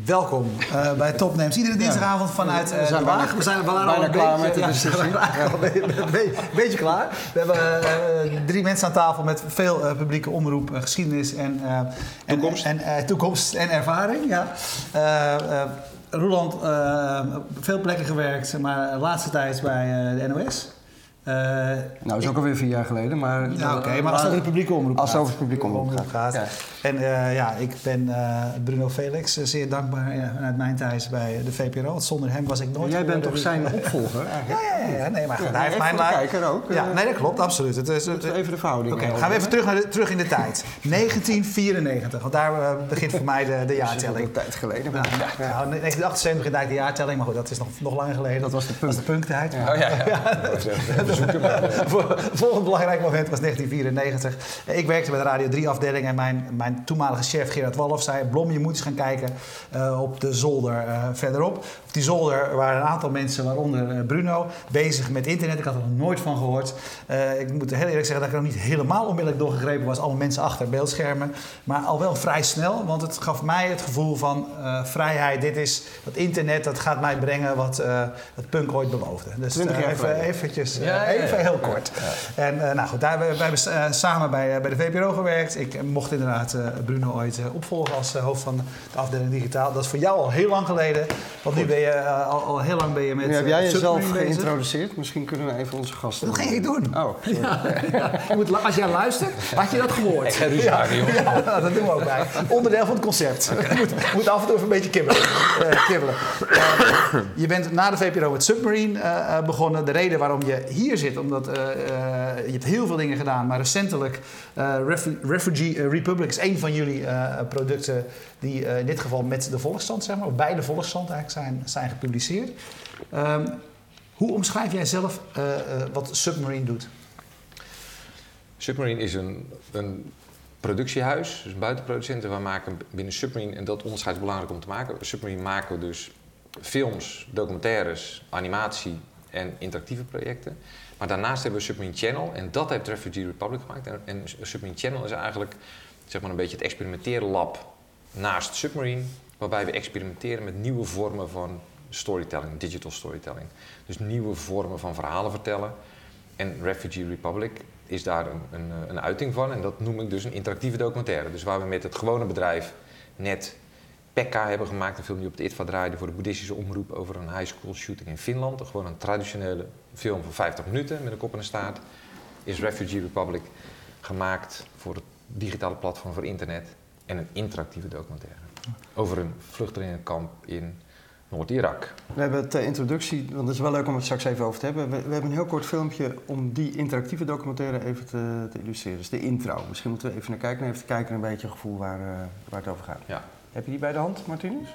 Welkom bij Topnames. Iedere dinsdagavond vanuit we zijn bijna klaar met de discussie. Een beetje klaar. We hebben 3 mensen aan tafel met veel publieke omroep, geschiedenis en toekomst en ervaring. Ja. Roeland, veel plekken gewerkt, maar de laatste tijd bij de NOS. Dat is ook alweer 4 jaar geleden, maar... maar als het over de publieke omroep gaat. Als het over de publieke omroep gaat. Ja. En ik ben Bruno Felix zeer dankbaar vanuit mijn tijd bij de VPRO. Want zonder hem was ik nooit... Jij bent toch zijn opvolger eigenlijk? Ja, nee, maar goed. Hij heeft mijn kijker ook. Ja, nee, dat klopt, absoluut. Het is, even de verhouding. Oké, gaan we even terug in de tijd. 1994, want daar begint voor mij de jaartelling. Dat is een tijd geleden. 1978 begint de jaartelling, maar goed, dat is nog langer geleden. Dat was de punk. Dat was de punktijd. Ja. Volgend belangrijk moment was 1994. Ik werkte bij de Radio 3-afdeling en mijn toenmalige chef Gerard Wallof zei... Blom, je moet eens gaan kijken op de zolder verderop. Op die zolder waren een aantal mensen, waaronder Bruno, bezig met internet. Ik had er nog nooit van gehoord. Ik moet heel eerlijk zeggen dat ik er nog niet helemaal onmiddellijk doorgegrepen was. Allemaal mensen achter beeldschermen. Maar al wel vrij snel, want het gaf mij het gevoel van vrijheid. Dat internet, dat gaat mij brengen wat punk ooit beloofde. Dus 20 jaar even heel kort. Ja. En goed, wij hebben samen bij de VPRO gewerkt. Ik mocht inderdaad Bruno ooit opvolgen als hoofd van de afdeling digitaal. Dat is voor jou al heel lang geleden. Want nu ben je al heel lang met... Nu heb jij jezelf geïntroduceerd. Misschien kunnen we even onze gasten... Dat ging ik doen. Oh, sorry. Als jij luistert, had je dat gehoord. Ik ga ruzie maken, jongens. Ja, dat doen we ook bij. Onderdeel van het concept. Je moet af en toe even een beetje kibbelen. Je bent na de VPRO met Submarine begonnen. De reden waarom je hier zit, omdat je hebt heel veel dingen gedaan, maar recentelijk Refugee Republic is een van jullie producten die in dit geval met de Volkskrant, zeg maar, of bij de Volkskrant eigenlijk zijn gepubliceerd. Hoe omschrijf jij zelf wat Submarine doet? Submarine is een productiehuis, dus een buitenproducent. En we maken binnen Submarine, en dat onderscheid is belangrijk om te maken. Submarine maken we dus films, documentaires, animatie en interactieve projecten. Maar daarnaast hebben we Submarine Channel en dat heeft Refugee Republic gemaakt. En Submarine Channel is eigenlijk zeg maar een beetje het experimenteerlab naast Submarine, waarbij we experimenteren met nieuwe vormen van storytelling, digital storytelling. Dus nieuwe vormen van verhalen vertellen. En Refugee Republic is daar een uiting van en dat noem ik dus een interactieve documentaire. Dus waar we met het gewone bedrijf net Pekka hebben gemaakt, een film die op het ITVA draaide voor de boeddhistische omroep over een high school shooting in Finland. Gewoon een traditionele film van 50 minuten met een kop en een staart. Is Refugee Republic gemaakt voor het digitale platform voor internet en een interactieve documentaire over een vluchtelingenkamp in Noord-Irak. We hebben de introductie, want het is wel leuk om het straks even over te hebben. We hebben een heel kort filmpje om die interactieve documentaire even te illustreren. Dus de intro. Misschien moeten we even naar kijken en even kijken een beetje een gevoel waar het over gaat. Ja. Heb je die bij de hand, Martinus?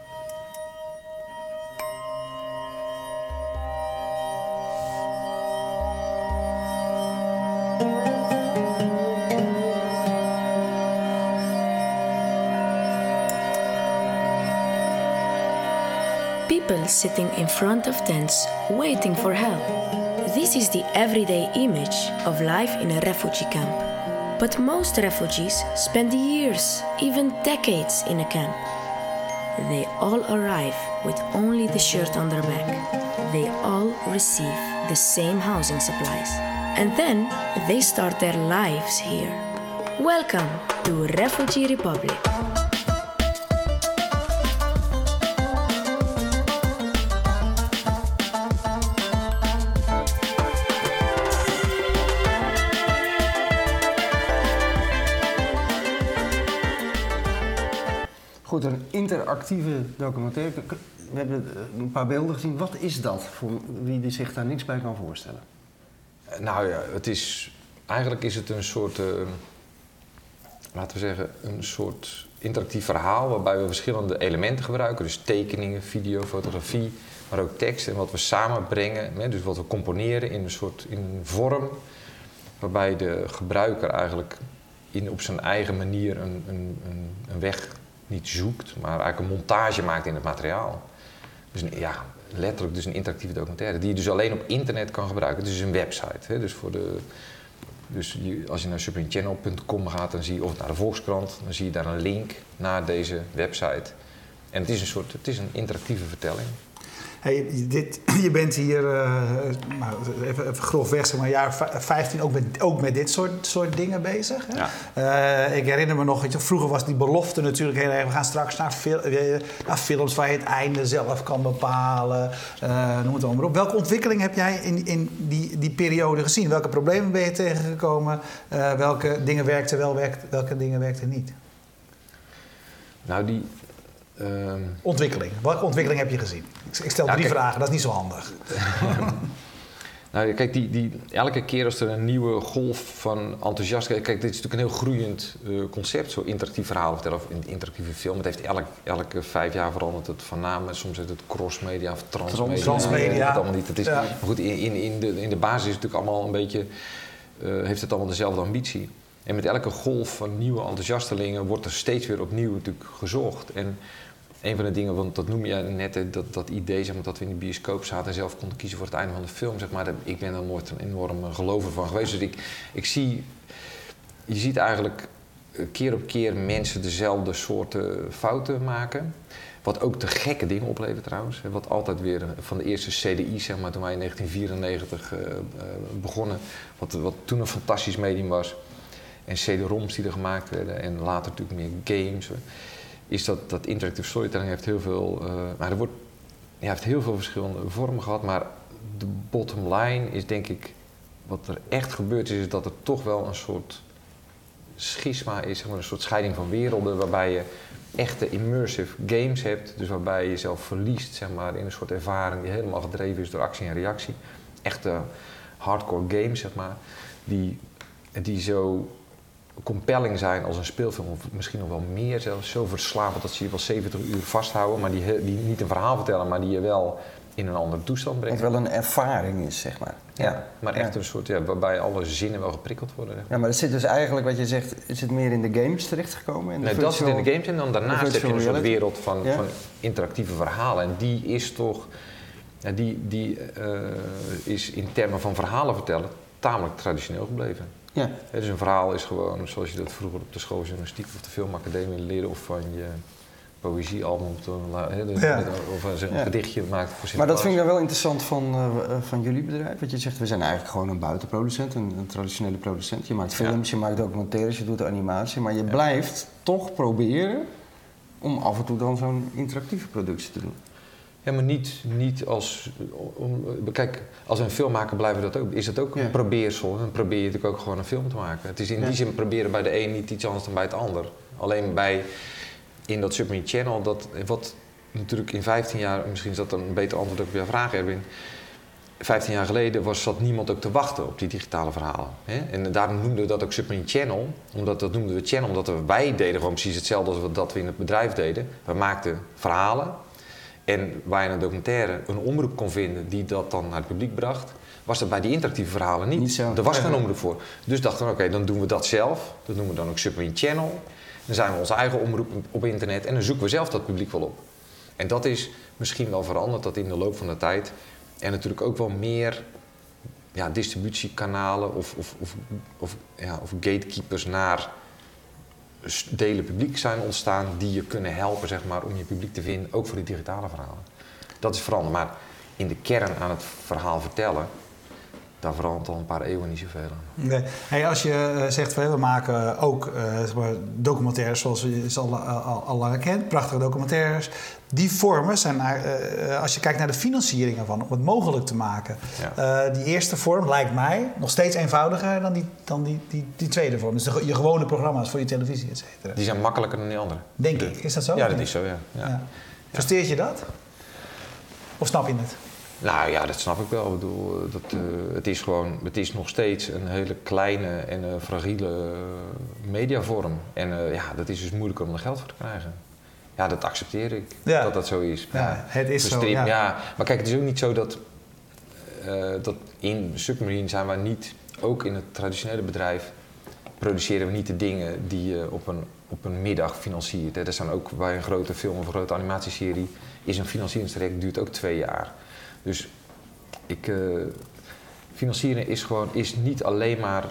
People sitting in front of tents waiting for help. This is the everyday image of life in a refugee camp. But most refugees spend years, even decades in a camp. They all arrive with only the shirt on their back. They all receive the same housing supplies. And then they start their lives here. Welcome to Refugee Republic. Goed, een interactieve documentaire. We hebben een paar beelden gezien. Wat is dat voor wie zich daar niks bij kan voorstellen? Nou ja, eigenlijk is het een soort, laten we zeggen, een soort interactief verhaal waarbij we verschillende elementen gebruiken. Dus tekeningen, video, fotografie, maar ook tekst. En wat we samenbrengen, dus wat we componeren in een vorm waarbij de gebruiker eigenlijk op zijn eigen manier een weg niet zoekt, maar eigenlijk een montage maakt in het materiaal. Dus letterlijk dus een interactieve documentaire die je dus alleen op internet kan gebruiken. Het is een website. Hè? Dus als je naar submarinechannel.com gaat, dan zie je, of naar de Volkskrant, dan zie je daar een link naar deze website. En het is een interactieve vertelling. Hey, je bent hier, even grofweg, zeg maar, een jaar 15 ook met dit soort dingen bezig. Hè? Ja. Ik herinner me nog, vroeger was die belofte natuurlijk heel erg. We gaan straks naar films waar je het einde zelf kan bepalen. Noem het allemaal maar op. Welke ontwikkeling heb jij in die periode gezien? Welke problemen ben je tegengekomen? Welke dingen werkten wel, welke dingen werkten niet? Nou, ontwikkeling. Welke ontwikkeling heb je gezien? Ik stel 3 vragen, dat is niet zo handig. Nou, kijk, elke keer als er een nieuwe golf van enthousiasme... Kijk, dit is natuurlijk een heel groeiend concept, zo interactief verhaal vertellen of een interactieve film. Het heeft elke 5 jaar veranderd het van naam. Soms is het crossmedia of transmedia. Transmedia. Het allemaal niet. Het is, ja. Maar goed, in de basis is het natuurlijk allemaal een beetje... heeft het allemaal dezelfde ambitie. En met elke golf van nieuwe enthousiastelingen wordt er steeds weer opnieuw natuurlijk gezocht. En een van de dingen, want dat noem je net, dat idee, zeg maar, dat we in de bioscoop zaten en zelf konden kiezen voor het einde van de film, zeg maar, ik ben er nooit een enorm gelover van geweest. Dus je ziet eigenlijk keer op keer mensen dezelfde soorten fouten maken. Wat ook de gekke dingen oplevert trouwens. Wat altijd weer van de eerste CDI, zeg maar, toen wij in 1994 begonnen, wat toen een fantastisch medium was. En CD-ROMs die er gemaakt werden en later natuurlijk meer games. Is dat interactive storytelling heeft heel veel... maar heeft heel veel verschillende vormen gehad. Maar de bottom line is denk ik... Wat er echt gebeurd is dat er toch wel een soort schisma is. Zeg maar, een soort scheiding van werelden. Waarbij je echte immersive games hebt. Dus waarbij je jezelf verliest, zeg maar, in een soort ervaring die helemaal gedreven is door actie en reactie. Echte hardcore games, zeg maar. Die zo compelling zijn als een speelfilm, of misschien nog wel meer zelfs. Zo verslavend dat ze je wel 70 uur vasthouden, maar die niet een verhaal vertellen, maar die je wel in een andere toestand brengen. Het wel een ervaring is, zeg maar. Ja, maar echt een soort, waarbij alle zinnen wel geprikkeld worden. Zeg maar. Ja, maar dat zit dus eigenlijk, wat je zegt, is het meer in de games terechtgekomen? Nee, dat zit in de games en dan daarnaast heb je een soort wereld van interactieve verhalen. En die is toch, die is in termen van verhalen vertellen tamelijk traditioneel gebleven. Ja. Dus een verhaal is gewoon zoals je dat vroeger op de schooljournalistiek of de filmacademie leerde, of van je poëziealbum of een gedichtje maakt voor Maar dat vind ik dan wel interessant van jullie bedrijf. Wat je zegt, we zijn eigenlijk gewoon een buitenproducent, een traditionele producent. Je maakt films, je maakt documentaires, je doet animatie, maar je blijft toch proberen om af en toe dan zo'n interactieve productie te doen. Ja, maar niet als... Kijk, als een filmmaker is dat ook een probeersel. Dan probeer je natuurlijk ook gewoon een film te maken. Het is in die zin proberen bij de een niet iets anders dan bij het ander. Alleen in dat Submarine Channel, wat natuurlijk in 15 jaar... Misschien is dat een beter antwoord op jouw vraag, Erwin. 15 jaar geleden zat niemand ook te wachten op die digitale verhalen. Hè? En daarom noemden we dat ook Submarine Channel. Dat noemden we Channel omdat wij deden gewoon precies hetzelfde als dat we in het bedrijf deden. We maakten verhalen. En waar je een documentaire een omroep kon vinden die dat dan naar het publiek bracht, was dat bij die interactieve verhalen niet. Er was geen omroep voor. Dus dachten we, oké, dan doen we dat zelf. Dat noemen we dan ook Submarine Channel. Dan zijn we onze eigen omroep op internet en dan zoeken we zelf dat publiek wel op. En dat is misschien wel veranderd, dat in de loop van de tijd. En natuurlijk ook wel meer distributiekanalen of gatekeepers naar delen publiek zijn ontstaan die je kunnen helpen, zeg maar, om je publiek te vinden, ook voor die digitale verhalen. Dat is veranderd, maar in de kern aan het verhaal vertellen, daar verandert al een paar eeuwen niet zoveel aan. Nee. Hey, als je zegt, we maken ook documentaires zoals je ze al lang kent, prachtige documentaires. Die vormen zijn, als je kijkt naar de financiering ervan, om het mogelijk te maken. Ja. Die eerste vorm lijkt mij nog steeds eenvoudiger dan die tweede vorm. Dus je gewone programma's voor je televisie, et cetera. Die zijn makkelijker dan die andere. Denk ik. Is dat zo? Ja, dat is zo, ja. Versteer je dat? Of snap je het? Nou ja, dat snap ik wel. Ik bedoel, het is nog steeds een hele kleine en fragiele mediavorm. En dat is dus moeilijker om er geld voor te krijgen. Ja, dat accepteer ik, dat dat zo is. Ja, het is zo, Maar kijk, het is ook niet zo dat in Submarine zijn wij niet, ook in het traditionele bedrijf, produceren we niet de dingen die je op een middag financiert. Hè. Er zijn ook bij een grote film of een grote animatieserie, is een financieringstraject, duurt ook 2 jaar. Dus financieren is niet alleen maar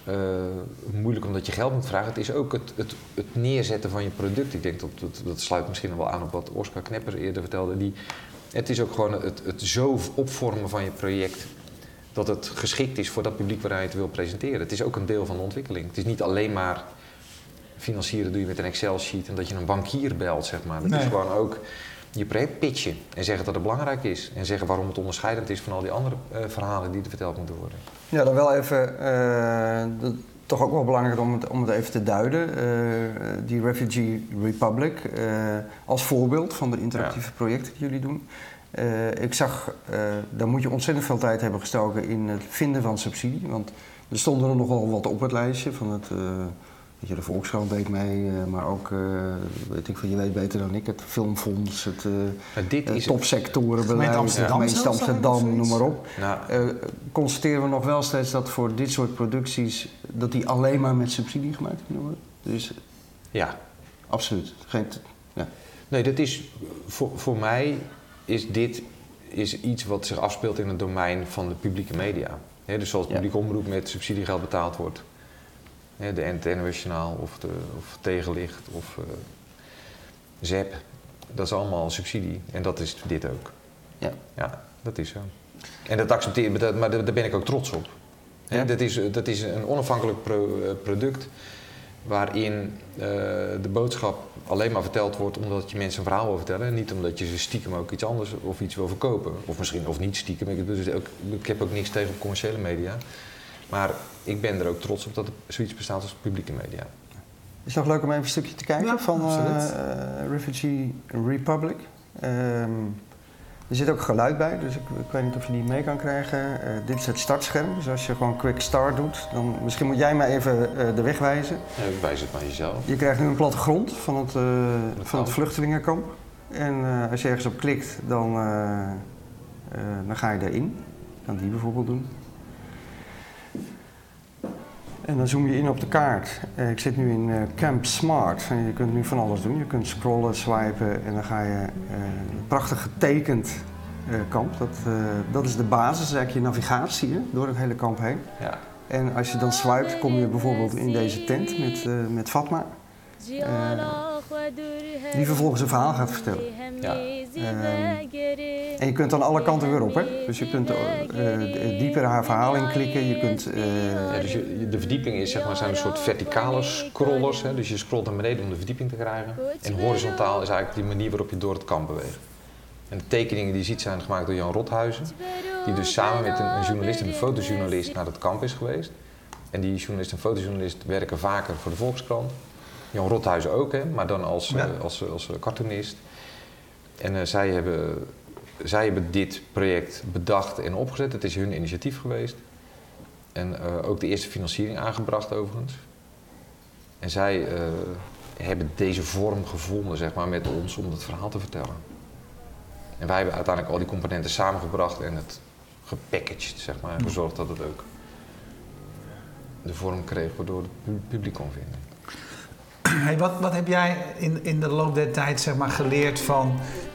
moeilijk omdat je geld moet vragen. Het is ook het neerzetten van je product. Ik denk dat sluit misschien wel aan op wat Oscar Knepper eerder vertelde. Het is ook gewoon het zo opvormen van je project dat het geschikt is voor dat publiek waar je het wil presenteren. Het is ook een deel van de ontwikkeling. Het is niet alleen maar financieren doe je met een Excel-sheet en dat je een bankier belt, zeg maar. Het is gewoon ook je project pitchen en zeggen dat het belangrijk is. En zeggen waarom het onderscheidend is van al die andere verhalen die er verteld moeten worden. Ja, dan wel even, toch ook wel belangrijk om het even te duiden. Die Refugee Republic als voorbeeld van de interactieve projecten die jullie doen. Ik zag, daar moet je ontzettend veel tijd hebben gestoken in het vinden van subsidie. Want er stonden er nogal wat op het lijstje van het... Weet je, de Volkskrant deed mee, maar ook, weet ik veel, je weet beter dan ik, het Filmfonds, het topsectorenbeleid, gemeente Amsterdam, noem maar op. Nou, constateren we nog wel steeds dat voor dit soort producties, dat die alleen maar met subsidie gemaakt kunnen worden? Dus, ja. Absoluut. Nee, dat is, voor mij is dit iets wat zich afspeelt in het domein van de publieke media. Dus zoals publieke omroep met subsidiegeld betaald wordt. De NTN-nationaal of Tegenlicht of ZEP, dat is allemaal subsidie en dat is dit ook. Ja, dat is zo. En dat accepteer ik, maar daar ben ik ook trots op. Ja. Dat is een onafhankelijk product waarin de boodschap alleen maar verteld wordt omdat je mensen een verhaal wil vertellen en niet omdat je ze stiekem ook iets anders of iets wil verkopen. Of niet stiekem, ik heb ook niks tegen commerciële media. Maar ik ben er ook trots op dat er zoiets bestaat als publieke media. Is het nog leuk om even een stukje te kijken van Refugee Republic? Er zit ook geluid bij, dus ik weet niet of je die mee kan krijgen. Dit is het startscherm, dus als je gewoon quick start doet, dan misschien moet jij mij even de weg wijzen. Ja, wijs het maar jezelf. Je krijgt nu een plattegrond van het vluchtelingenkamp. En als je ergens op klikt, dan ga je erin. Je kan die bijvoorbeeld doen. En dan zoom je in op de kaart. Ik zit nu in Camp Smart. En je kunt nu van alles doen. Je kunt scrollen, swipen en dan ga je een prachtig getekend kamp. Dat is de basis, dat is eigenlijk je navigatie door het hele kamp heen. Ja. En als je dan swipet, kom je bijvoorbeeld in deze tent met Fatma. Die vervolgens een verhaal gaat vertellen. Ja. En je kunt dan alle kanten weer op, hè? Dus je kunt dieper haar verhaal inklikken. Je kunt, dus de verdieping zijn een soort verticale scrollers. Hè? Dus je scrolt naar beneden om de verdieping te krijgen. En horizontaal is eigenlijk die manier waarop je door het kamp beweegt. En de tekeningen die je ziet zijn gemaakt door Jan Rothuizen. Die dus samen met een journalist en een fotojournalist naar het kamp is geweest. En die journalist en fotojournalist werken vaker voor de Volkskrant. Jan Rothuizen ook, hè, maar dan als cartoonist. En zij hebben dit project bedacht en opgezet. Het is hun initiatief geweest. En ook de eerste financiering aangebracht overigens. En zij hebben deze vorm gevonden met ons om dat verhaal te vertellen. En wij hebben uiteindelijk al die componenten samengebracht en het gepackaged, en gezorgd dat het ook de vorm kreeg waardoor het publiek kon vinden. Hey, wat heb jij in de loop der tijd geleerd van...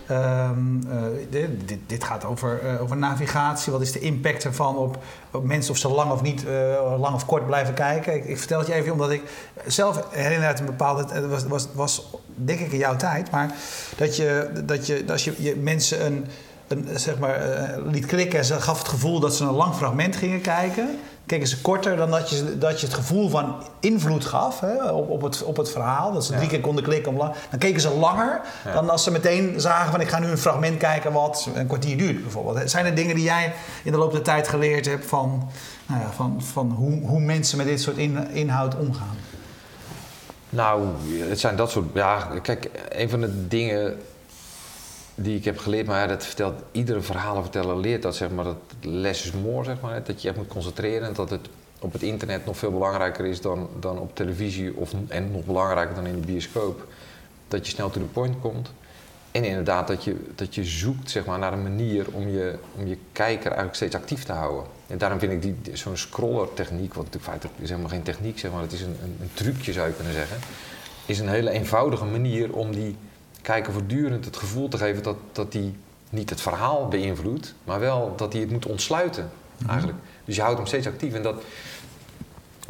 dit gaat over navigatie. Wat is de impact ervan op mensen of ze lang of niet, lang of kort blijven kijken? Ik vertel het je even omdat ik zelf herinner uit een bepaalde... Het was denk ik in jouw tijd, maar als je mensen liet klikken en ze gaf het gevoel dat ze een lang fragment gingen kijken... Keken ze korter dan dat je het gevoel van invloed gaf op het verhaal. Dat ze 3 keer konden klikken. Dan keken ze langer dan als ze meteen zagen van ik ga nu een fragment kijken wat een kwartier duurt bijvoorbeeld. Zijn er dingen die jij in de loop der tijd geleerd hebt van hoe mensen met dit soort inhoud omgaan? Nou, het zijn dat soort... Ja, kijk, een van de dingen die ik heb geleerd, maar dat vertelt iedere verhalenverteller leert dat, dat less is more, dat je echt moet concentreren en dat het op het internet nog veel belangrijker is dan op televisie en nog belangrijker dan in de bioscoop. Dat je snel to the point komt en inderdaad dat je zoekt naar een manier om je kijker eigenlijk steeds actief te houden. En daarom vind ik zo'n scroller techniek, wat natuurlijk feitelijk is helemaal geen techniek, het is een trucje zou je kunnen zeggen, is een hele eenvoudige manier om die kijker voortdurend het gevoel te geven dat hij niet het verhaal beïnvloedt, maar wel dat hij het moet ontsluiten eigenlijk. Dus je houdt hem steeds actief. En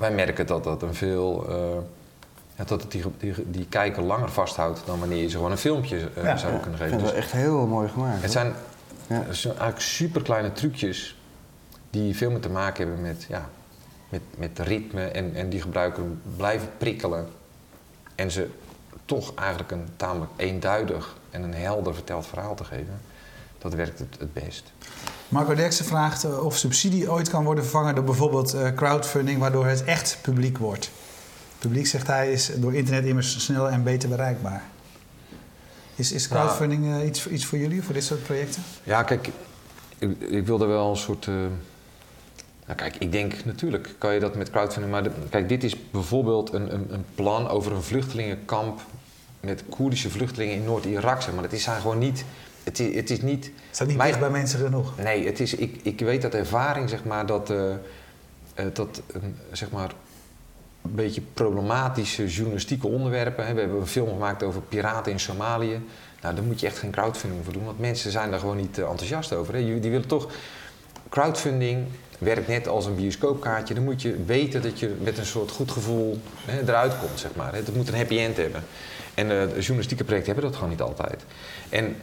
wij merken dat dat een veel... dat het die kijker langer vasthoudt dan wanneer je ze gewoon een filmpje zou kunnen geven. Ik vind het echt heel mooi gemaakt. Het zijn eigenlijk super kleine trucjes die veel meer te maken hebben met ritme en die gebruiker blijven prikkelen. En ze toch eigenlijk een tamelijk eenduidig en een helder verteld verhaal te geven. Dat werkt het best. Marco Derksen vraagt of subsidie ooit kan worden vervangen door bijvoorbeeld crowdfunding, waardoor het echt publiek wordt. Publiek, zegt hij, is door internet immers sneller en beter bereikbaar. Is crowdfunding iets voor jullie, voor dit soort projecten? Ja, kijk, ik wilde wel een soort... kijk, ik denk natuurlijk kan je dat met crowdfunding, maar kijk, dit is bijvoorbeeld een plan over een vluchtelingenkamp met Koerdische vluchtelingen in Noord-Irak. Zeg maar dat zijn gewoon niet... Het is niet... Het staat niet dicht bij mensen genoeg. Nee, het is, ik weet uit ervaring, zeg maar, dat zeg maar, een beetje problematische journalistieke onderwerpen. Hè. We hebben een film gemaakt over piraten in Somalië. Nou, daar moet je echt geen crowdfunding voor doen, want mensen zijn daar gewoon niet enthousiast over. Hè. Die willen toch... Crowdfunding werkt net als een bioscoopkaartje. Dan moet je weten dat je met een soort goed gevoel eruit komt, zeg maar. Het moet een happy end hebben. En journalistieke projecten hebben dat gewoon niet altijd. En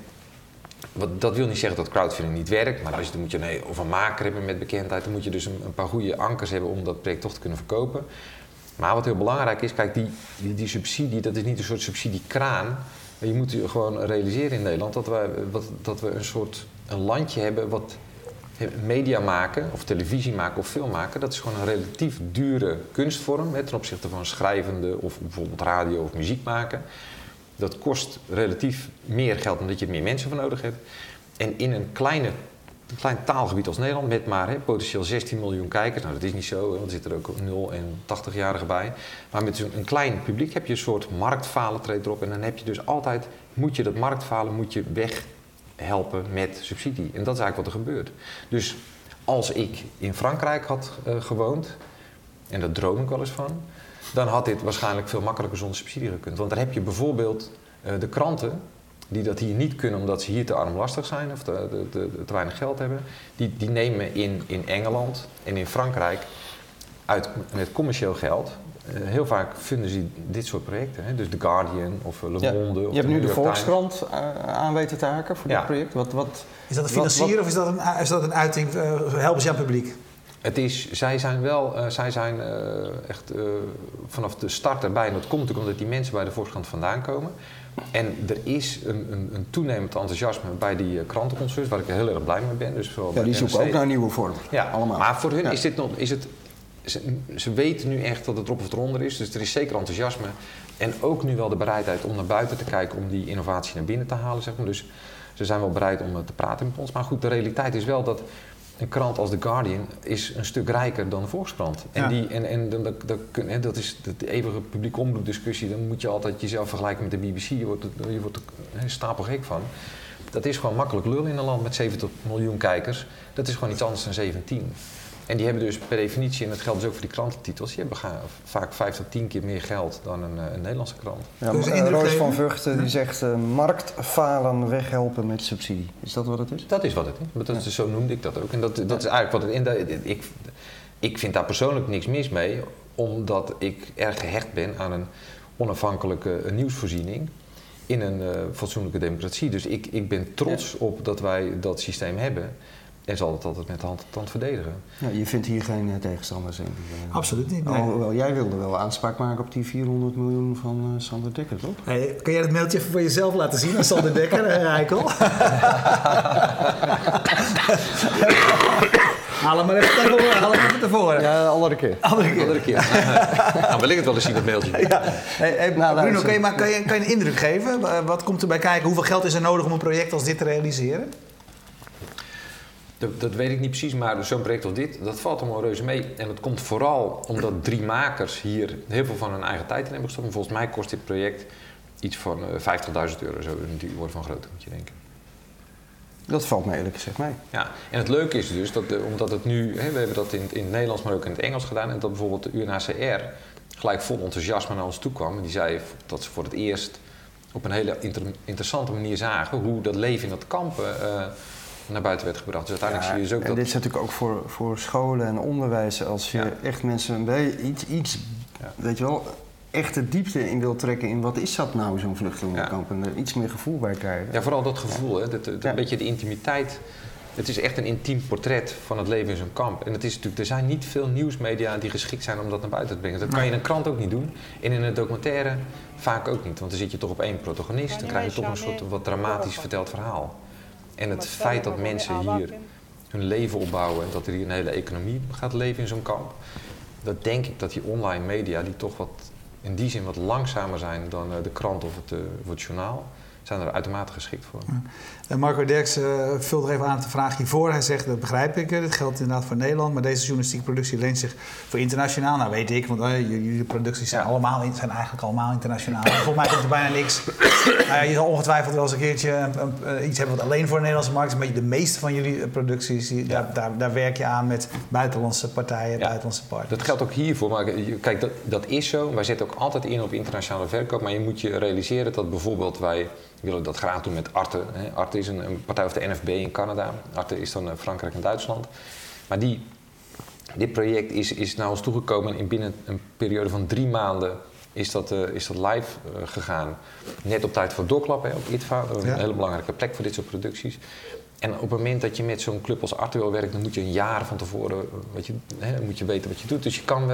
dat wil niet zeggen dat crowdfunding niet werkt, maar dan moet je of een maker hebben met bekendheid, dan moet je dus een paar goede ankers hebben om dat project toch te kunnen verkopen. Maar wat heel belangrijk is, kijk, die subsidie, dat is niet een soort subsidiekraan. Je moet je gewoon realiseren in Nederland dat we een landje hebben wat media maken, of televisie maken of film maken. Dat is gewoon een relatief dure kunstvorm ten opzichte van schrijvende of bijvoorbeeld radio of muziek maken. Dat kost relatief meer geld dan dat je er meer mensen voor nodig hebt. En in een klein taalgebied als Nederland met maar potentieel 16 miljoen kijkers. Nou, dat is niet zo, want er zitten er ook 0 en 80-jarigen bij. Maar met een klein publiek heb je een soort marktfalen treedt erop. En dan heb je dus altijd, dat marktfalen weghelpen met subsidie. En dat is eigenlijk wat er gebeurt. Dus als ik in Frankrijk had gewoond, en daar droom ik wel eens van, dan had dit waarschijnlijk veel makkelijker zonder subsidie gekund. Want daar heb je bijvoorbeeld de kranten, die dat hier niet kunnen omdat ze hier te armlastig zijn of te weinig geld hebben. Die nemen in Engeland en in Frankrijk met commercieel geld. Heel vaak vinden ze dit soort projecten. Hè? Dus The Guardian of Le Monde. Of je hebt nu de Volkskrant aan weten te haken voor dit project. Is dat een financier of is dat een uiting? Helpen ze aan het publiek? Zij zijn echt vanaf de start erbij. En dat komt natuurlijk omdat die mensen bij de Volkskrant vandaan komen. En er is een toenemend enthousiasme bij die krantenconcerns, waar ik heel erg blij mee ben. Dus die zoeken ook naar een nieuwe vorm. Ja, allemaal. Maar voor hun is het ze weten nu echt dat het erop of eronder is. Dus er is zeker enthousiasme. En ook nu wel de bereidheid om naar buiten te kijken om die innovatie naar binnen te halen. Zeg maar. Dus ze zijn wel bereid om te praten met ons. Maar goed, de realiteit is wel dat een krant als The Guardian is een stuk rijker dan de Volkskrant. En dat is de eeuwige publieke omroepdiscussie. Dan moet je altijd jezelf vergelijken met de BBC. Je wordt er stapelgek van. Dat is gewoon makkelijk lul in een land met 70 miljoen kijkers. Dat is gewoon iets anders dan 17. En die hebben dus per definitie, en dat geldt dus ook voor die krantentitels, die hebben vaak 5 tot 10 keer meer geld dan een Nederlandse krant. Ja, dus Roos van Vught die zegt marktfalen weghelpen met subsidie. Is dat wat het is? Dat is wat het is. Zo noemde ik dat ook. En dat is eigenlijk wat het is. Ik vind daar persoonlijk niks mis mee, omdat ik erg gehecht ben aan een onafhankelijke nieuwsvoorziening in een fatsoenlijke democratie. Dus ik ben trots op dat wij dat systeem hebben. En zal het altijd met de hand en tand verdedigen. Ja, je vindt hier geen tegenstanders in? Absoluut niet. Nee. Alhoewel, jij wilde wel aanspraak maken op die 400 miljoen van Sander Dekker, toch? Hey, kun jij dat mailtje even voor jezelf laten zien aan Sander Dekker, Heikel? Haal hem maar even tevoren. Ja, andere keer. Andere keer. Nou, wil ik het wel eens zien, dat mailtje. Ja. Hey, Bruno, kan je een indruk geven? Wat komt erbij kijken? Hoeveel geld is er nodig om een project als dit te realiseren? Dat weet ik niet precies, maar zo'n project als dit, dat valt allemaal reuze mee. En dat komt vooral omdat 3 makers hier heel veel van hun eigen tijd in hebben gestopt. Volgens mij kost dit project iets van €50.000, zo die orde van grootte moet je denken. Dat valt me eerlijk gezegd mee. Ja, en het leuke is dus, dat omdat het nu, we hebben dat in het Nederlands, maar ook in het Engels gedaan. En dat bijvoorbeeld de UNHCR gelijk vol enthousiasme naar ons toe kwam. En die zei dat ze voor het eerst op een hele interessante manier zagen hoe dat leven in dat kamp naar buiten werd gebracht. Dus uiteindelijk zie je dus ook en dat... dit is natuurlijk ook voor scholen en onderwijs. Als je echt mensen een beetje iets weet je wel, echt de diepte in wil trekken in wat is dat nou, zo'n vluchtelingenkamp. En er iets meer gevoel bij krijgen. Ja, vooral dat gevoel, hè? Een beetje de intimiteit. Het is echt een intiem portret van het leven in zo'n kamp. En het is natuurlijk, er zijn niet veel nieuwsmedia die geschikt zijn om dat naar buiten te brengen. Dat kan je in een krant ook niet doen. En in een documentaire vaak ook niet. Want dan zit je toch op één protagonist. Dan krijg je toch een soort wat dramatisch verteld verhaal. En het feit dat mensen hier hun leven opbouwen... en dat er hier een hele economie gaat leven in zo'n kamp... dat denk ik dat die online media, die toch in die zin wat langzamer zijn dan de krant of het journaal... zijn er uitermate geschikt voor. Marco Derks vult er even aan op de vraag hiervoor. Hij zegt, dat begrijp ik, dat geldt inderdaad voor Nederland... maar deze journalistieke productie leent zich voor internationaal. Nou weet ik, want jullie producties zijn, zijn eigenlijk allemaal internationaal. Volgens mij komt er bijna niks. Je zal ongetwijfeld wel eens een keertje iets hebben wat alleen voor de Nederlandse markt is... maar de meeste van jullie producties, daar werk je aan met buitenlandse partijen, buitenlandse partners. Dat geldt ook hiervoor, maar kijk, dat is zo. Wij zetten ook altijd in op internationale verkoop... maar je moet je realiseren dat bijvoorbeeld wij... willen dat graag doen met Arte. Arte is een partij of de NFB in Canada. Arte is dan Frankrijk en Duitsland. Maar dit project is naar ons toegekomen en binnen een periode van 3 maanden is dat live gegaan. Net op tijd voor DocLab, op ITVA. Een hele belangrijke plek voor dit soort producties. En op het moment dat je met zo'n club als Arte wil werken, dan moet je een jaar van tevoren moet je weten wat je doet. Dus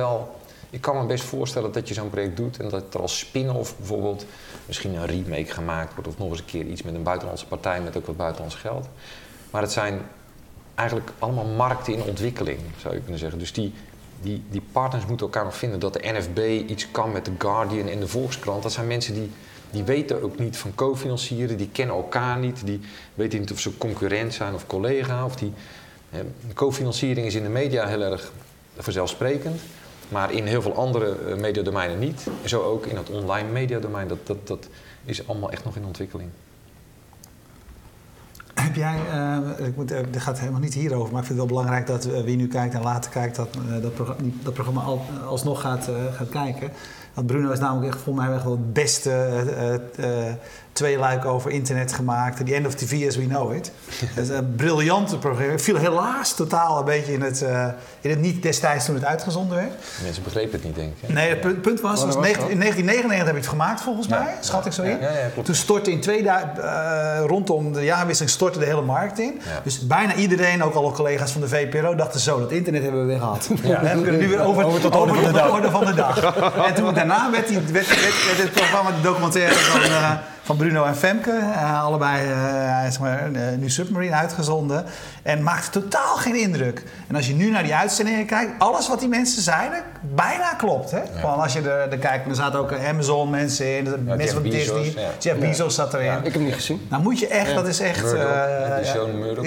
ik kan me best voorstellen dat je zo'n project doet en dat er als spin-off bijvoorbeeld misschien een remake gemaakt wordt of nog eens een keer iets met een buitenlandse partij met ook wat buitenlands geld. Maar het zijn eigenlijk allemaal markten in ontwikkeling, zou je kunnen zeggen. Dus die partners moeten elkaar nog vinden. Dat de NFB iets kan met The Guardian en de Volkskrant, dat zijn mensen die weten ook niet van co-financieren, die kennen elkaar niet, die weten niet of ze concurrent zijn of collega. Co-financiering is in de media heel erg vanzelfsprekend. Maar in heel veel andere mediadomeinen niet. En zo ook in het online mediadomein. Dat is allemaal echt nog in ontwikkeling. Heb jij, dit gaat helemaal niet hierover, maar ik vind het wel belangrijk dat wie nu kijkt en later kijkt, dat programma alsnog gaat kijken. Want Bruno is namelijk echt volgens mij wel het beste tweeluik over internet gemaakt. The End of TV as we know it. Dat is een briljante programma. Ik viel helaas totaal een beetje in het niet destijds toen het uitgezonden werd. Mensen begrepen het niet, denk ik. Hè? Nee, het punt was in 1999 heb je het gemaakt volgens mij. Schat ik zo in. Ja, klopt. Toen stortte in 2000, rondom de jaarwisseling stortte de hele markt in. Ja. Dus bijna iedereen, ook alle collega's van de VPRO, dachten zo, dat internet hebben we weer gehad. Ja. We kunnen nu weer over tot de orde van de dag. En toen daarna werd het programma, de documentaire van Bruno en Femke, allebei nu Submarine uitgezonden. En maakte totaal geen indruk. En als je nu naar die uitzendingen kijkt, alles wat die mensen zeiden, bijna klopt. Hè? Ja. Als je er kijkt, er zaten ook Amazon mensen in, mensen van Disney. Bezos, Jeff Bezos zat erin. Ja, ik heb hem niet gezien. Nou moet je echt, dat is echt... Murdoch.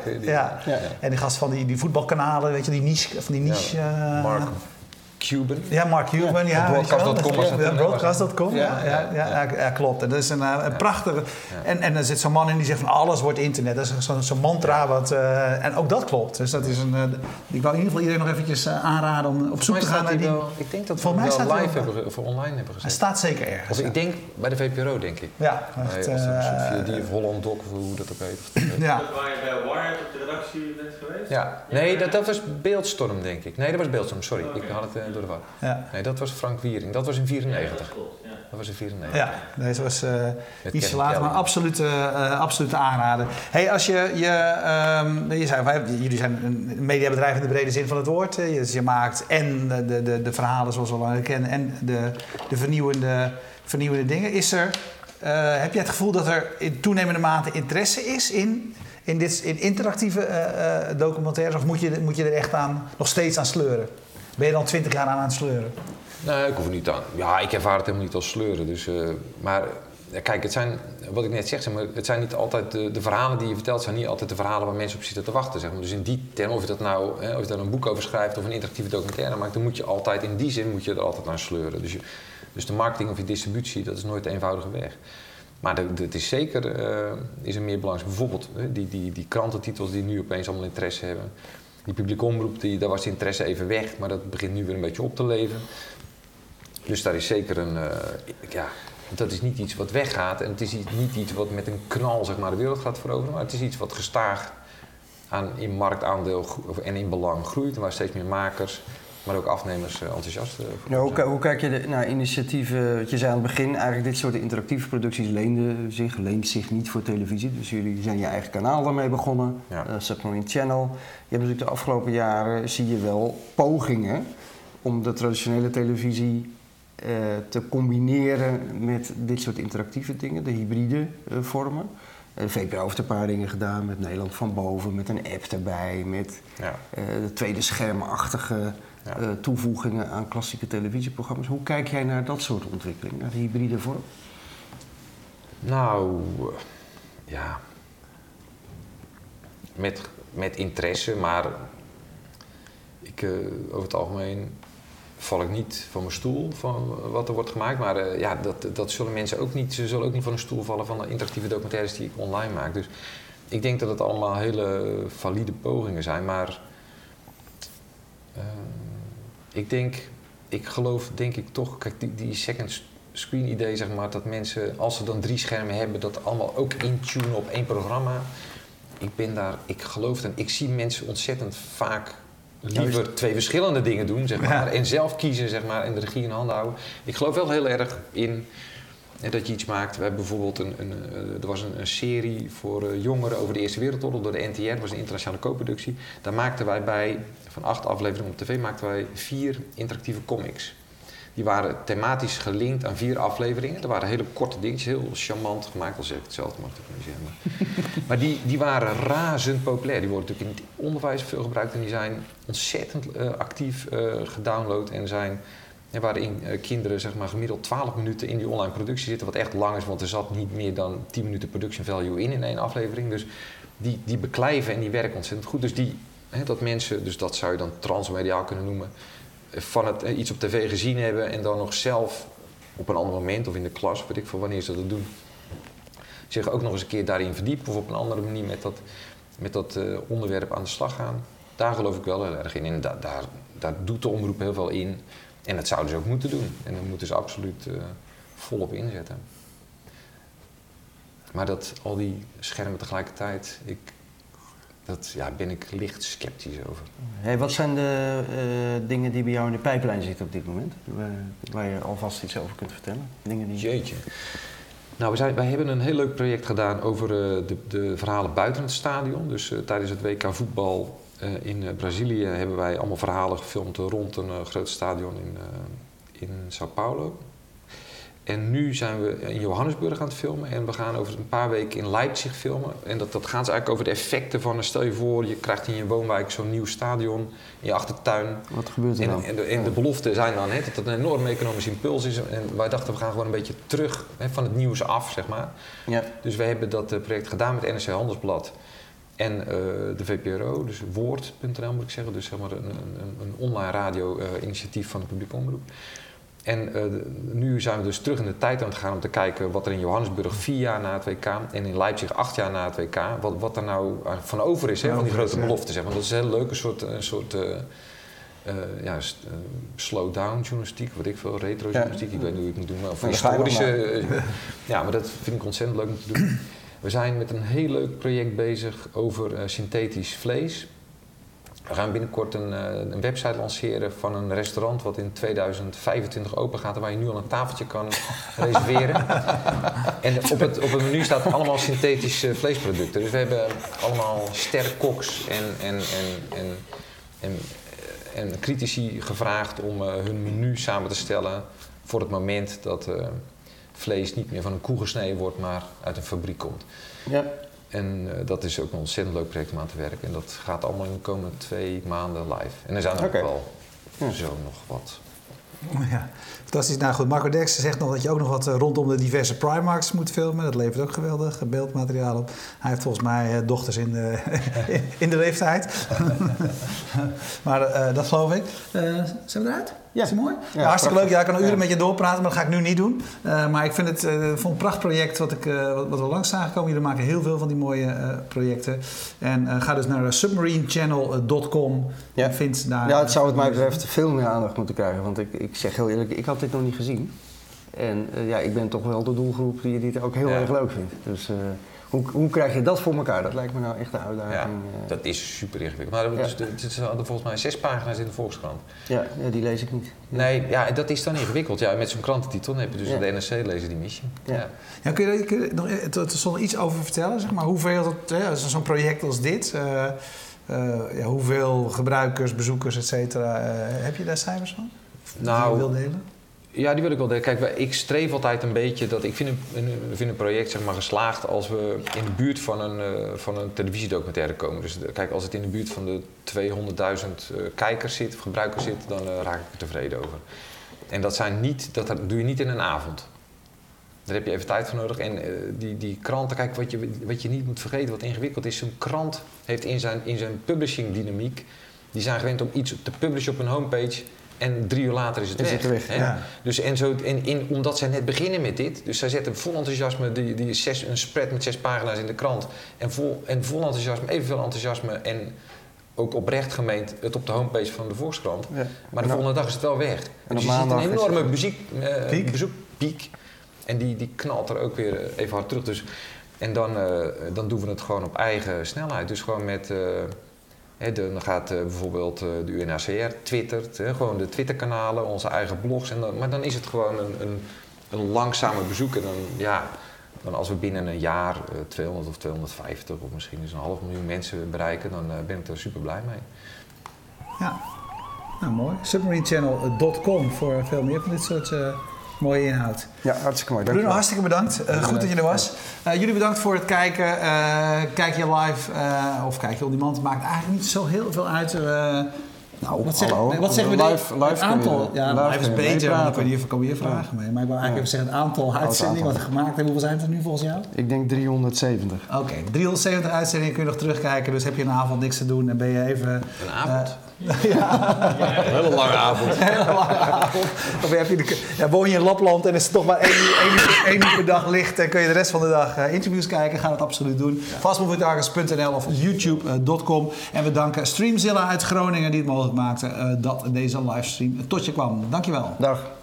En die gast van die voetbalkanalen, weet je, die niche... Van die niche Mark Cuban. Ja, Mark Cuban, Broadcast.com. Broadcast.com, ja, klopt. En dat is een prachtige... En er zit zo'n man in die zegt van alles wordt internet. Dat is zo'n mantra wat... en ook dat klopt. Dus dat is ik wou in ieder geval iedereen nog eventjes aanraden om op zoek te gaan naar die... Ik denk dat we hem wel live hebben, of online hebben gezet. Hij staat zeker ergens. Of ik denk bij de VPRO, denk ik. Ja. Via of Holland Doc, of hoe dat ook heet. Ja. Waar je bij Wired op de redactie bent geweest? Ja. Nee, dat was Beeldstorm, denk ik. Nee, dat was Beeldstorm, sorry. Ik had het door de war. Ja. Nee, dat was Frank Wiering. Dat was in 94. Dat was in 94. Ja, deze was iets later, maar absoluut aanraden. Hey, als je zei, jullie zijn een mediabedrijf in de brede zin van het woord. Dus je maakt en de verhalen zoals we al kennen en de vernieuwende dingen. Heb jij het gevoel dat er in toenemende mate interesse is in interactieve documentaires? Of moet je er echt nog steeds aan sleuren? Ben je er al 20 jaar aan het sleuren? Nee, ik hoef er niet aan. Ja, ik ervaar het helemaal niet als sleuren. Dus, maar kijk, het zijn, wat ik net zeg, het zijn niet altijd de verhalen die je vertelt, zijn niet altijd de verhalen waar mensen op zitten te wachten. Zeg maar. Dus in die term, of je daar een boek over schrijft of een interactieve documentaire maakt, dan moet je altijd, in die zin moet je er altijd aan sleuren. Dus de marketing of je distributie, dat is nooit de eenvoudige weg. Maar het is zeker is er meer belangrijk. Bijvoorbeeld die krantentitels die nu opeens allemaal interesse hebben. Die publieke omroep, daar was de interesse even weg, maar dat begint nu weer een beetje op te leven. Dus daar is zeker dat is niet iets wat weggaat en het is niet iets wat met een knal zeg maar, de wereld gaat veroveren, maar het is iets wat gestaag in marktaandeel en in belang groeit. En waar steeds meer makers, maar ook afnemers enthousiast voor zijn. Hoe kijk je naar initiatieven? Wat je zei aan het begin, eigenlijk dit soort interactieve producties leent zich niet voor televisie. Dus jullie zijn je eigen kanaal daarmee begonnen, Submarine Channel. Je hebt natuurlijk de afgelopen jaren, zie je wel, pogingen om de traditionele televisie te combineren met dit soort interactieve dingen, de hybride vormen. De VPRO heeft een paar dingen gedaan met Nederland van Boven, met een app erbij, met de tweede schermachtige toevoegingen aan klassieke televisieprogramma's. Hoe kijk jij naar dat soort ontwikkelingen, naar de hybride vorm? Nou, ja, met interesse, maar over het algemeen val ik niet van mijn stoel van wat er wordt gemaakt. Maar dat zullen mensen ook niet. Ze zullen ook niet van hun stoel vallen van de interactieve documentaires die ik online maak. Dus ik denk dat het allemaal hele valide pogingen zijn. Maar ik geloof toch, kijk, die second screen idee, zeg maar, dat mensen, als ze dan 3 schermen hebben, dat allemaal ook intunen op 1 programma. Ik geloof en ik zie mensen ontzettend vaak liever 2 verschillende dingen doen, zeg maar. En zelf kiezen, zeg maar, en de regie in handen houden. Ik geloof wel heel erg in dat je iets maakt. We hebben bijvoorbeeld er was een serie voor jongeren over de Eerste Wereldoorlog door de NTR. Dat was een internationale co-productie. Daar maakten wij van 8 afleveringen op tv, maakten wij 4 interactieve comics. Die waren thematisch gelinkt aan 4 afleveringen. Dat waren hele korte dingetjes, heel charmant gemaakt. Al zeg ik hetzelfde, mag ik ook niet zeggen. Maar die waren razend populair. Die worden natuurlijk in het onderwijs veel gebruikt. En die zijn ontzettend actief gedownload. En waarin kinderen, zeg maar, gemiddeld 12 minuten in die online productie zitten. Wat echt lang is, want er zat niet meer dan 10 minuten production value in 1 aflevering. Dus die beklijven en die werken ontzettend goed. Dus dat mensen, dus dat zou je dan transmediaal kunnen noemen, van het iets op tv gezien hebben en dan nog zelf op een ander moment of in de klas, weet ik veel wanneer ze dat doen, zich ook nog eens een keer daarin verdiepen of op een andere manier met dat onderwerp aan de slag gaan. Daar geloof ik wel heel erg in. En daar doet de omroep heel veel in. En dat zouden ze ook moeten doen. En daar moeten ze absoluut volop inzetten. Maar dat al die schermen tegelijkertijd, ben ik licht sceptisch over. Hey, wat zijn de dingen die bij jou in de pijplijn zitten op dit moment? Waar je alvast iets over kunt vertellen? Jeetje. Nou, wij hebben een heel leuk project gedaan over de verhalen buiten het stadion. Dus tijdens het WK voetbal in Brazilië hebben wij allemaal verhalen gefilmd rond een groot stadion in Sao Paulo. En nu zijn we in Johannesburg aan het filmen en we gaan over een paar weken in Leipzig filmen. En dat gaat eigenlijk over de effecten van, stel je voor, je krijgt in je woonwijk zo'n nieuw stadion in je achtertuin. Wat gebeurt er dan? En de beloften zijn dan dat het een enorm economisch impuls is. En wij dachten, we gaan gewoon een beetje terug van het nieuws af, zeg maar. Ja. Dus we hebben dat project gedaan met NRC Handelsblad en de VPRO, dus Woord.nl moet ik zeggen. Dus zeg maar een online radio-initiatief van de publieke omroep. En nu zijn we dus terug in de tijd aan het gaan om te kijken wat er in Johannesburg 4 jaar na het WK en in Leipzig 8 jaar na het WK, wat er nou van over is, van die grote beloften. Zeg. Want dat is een heel leuk, een soort slow-down journalistiek, wat ik veel, retro-journalistiek, ik weet niet hoe ik het moet doen, of historische. Maar dat vind ik ontzettend leuk om te doen. We zijn met een heel leuk project bezig over synthetisch vlees. We gaan binnenkort een website lanceren van een restaurant wat in 2025 open gaat en waar je nu al een tafeltje kan reserveren. En op het menu staat allemaal synthetische vleesproducten. Dus we hebben allemaal sterrenkoks en critici gevraagd om hun menu samen te stellen voor het moment dat vlees niet meer van een koe gesneden wordt, maar uit een fabriek komt. Ja. En dat is ook een ontzettend leuk project om aan te werken. En dat gaat allemaal in de komende 2 maanden live. En er zijn er ook wel zo nog wat. Ja, fantastisch. Nou goed, Marco Derksen zegt nog dat je ook nog wat rondom de diverse Primarks moet filmen. Dat levert ook geweldig beeldmateriaal op. Hij heeft volgens mij dochters in de leeftijd. Maar dat geloof ik. Zijn we eruit? Ja. Is het mooi? Ja, hartstikke leuk. Ja, ik kan uren met je doorpraten, maar dat ga ik nu niet doen. Maar ik vind het een prachtproject wat we langs zagen komen. Jullie maken heel veel van die mooie projecten. En ga dus naar submarinechannel.com. Ja. Vind daar, het zou wat mij betreft veel meer aandacht moeten krijgen. Want ik zeg heel eerlijk, ik had dit nog niet gezien. En ik ben toch wel de doelgroep die dit ook heel erg leuk vindt. Dus Hoe krijg je dat voor elkaar? Dat lijkt me nou echt een Ja, uitdaging. dat is super ingewikkeld. Maar er hadden volgens mij 6 pagina's in de Volkskrant. Ja, die lees ik niet. Nee, ja, dat is dan ingewikkeld. Ja, met zo'n krantentitel dan heb je dus de NRC lezen die missie. Ja. Ja, kun je er nog iets over vertellen? Zeg maar, hoeveel zo'n project als dit, hoeveel gebruikers, bezoekers, et cetera, heb je daar cijfers van? Die je wil delen? Ja, die wil ik wel delen. Kijk, ik streef altijd een beetje dat... Ik vind een project zeg maar geslaagd als we in de buurt van een televisiedocumentaire komen. Dus kijk, als het in de buurt van de 200.000 kijkers zit, of gebruikers zit, dan raak ik er tevreden over. En dat doe je niet in een avond. Daar heb je even tijd voor nodig. En die kranten, kijk, wat je niet moet vergeten, wat ingewikkeld is, zo'n krant heeft in zijn publishing dynamiek, die zijn gewend om iets te publishen op een homepage en 3 uur later is het weg. Ja. Dus omdat zij net beginnen met dit, dus zij zetten vol enthousiasme een spread met 6 pagina's in de krant en vol enthousiasme, evenveel enthousiasme en ook oprecht gemeend het op de homepage van de Volkskrant. Ja. Maar de volgende dag is het wel weg. En dus je ziet een enorme bezoekpiek. En die knalt er ook weer even hard terug. Dus, en dan doen we het gewoon op eigen snelheid. Dus gewoon met... dan gaat bijvoorbeeld de UNHCR twittert, gewoon de Twitterkanalen, onze eigen blogs. Maar dan is het gewoon een langzame bezoek. En dan als we binnen een jaar 200 of 250 of misschien eens 500.000 mensen bereiken, dan ben ik er super blij mee. Ja, nou mooi. Submarinechannel.com voor veel meer van dit soort mooie inhoud. Ja, hartstikke mooi. Bruno, hartstikke bedankt. Goed dat je er was. Jullie bedankt voor het kijken. Kijk je live of kijk je on demand. Het maakt eigenlijk niet zo heel veel uit. Wat zeggen we live aantal? Live is beter, want dan komen hier vragen mee. Maar ik wil eigenlijk even zeggen, het aantal uitzendingen wat we gemaakt hebben. Hoeveel zijn het er nu volgens jou? Ik denk 370. Oké, 370 uitzendingen kun je nog terugkijken. Dus heb je een avond niks te doen en ben je even... Een avond? Ja. Een hele lange avond. Of woon je in Lapland en is het toch maar 1 uur per dag licht en kun je de rest van de dag interviews kijken, ga dat absoluut doen. Fastmovingtargets.nl of youtube.com. En we danken Streamzilla uit Groningen die het mogelijk maakte dat deze livestream tot je kwam. Dankjewel. Dag.